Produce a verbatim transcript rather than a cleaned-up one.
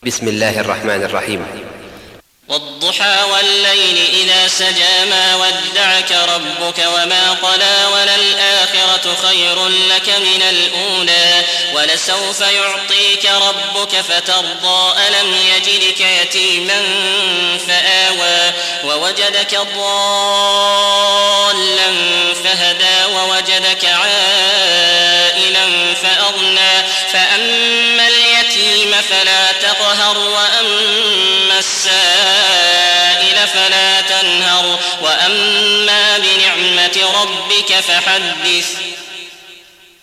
بسم الله الرحمن الرحيم. والضحى والليل إذا سجى ما ودعك ربك وما قلى وللآخرة خير لك من الأولى ولسوف يعطيك ربك فترضى ألم يجدك يتيما فآوى ووجدك ضالا فهدى ووجدك عائلا فأغنى فأما اليتيم فلا تقهر وأما السائل فلا تنهر وأما بنعمة ربك فحدث.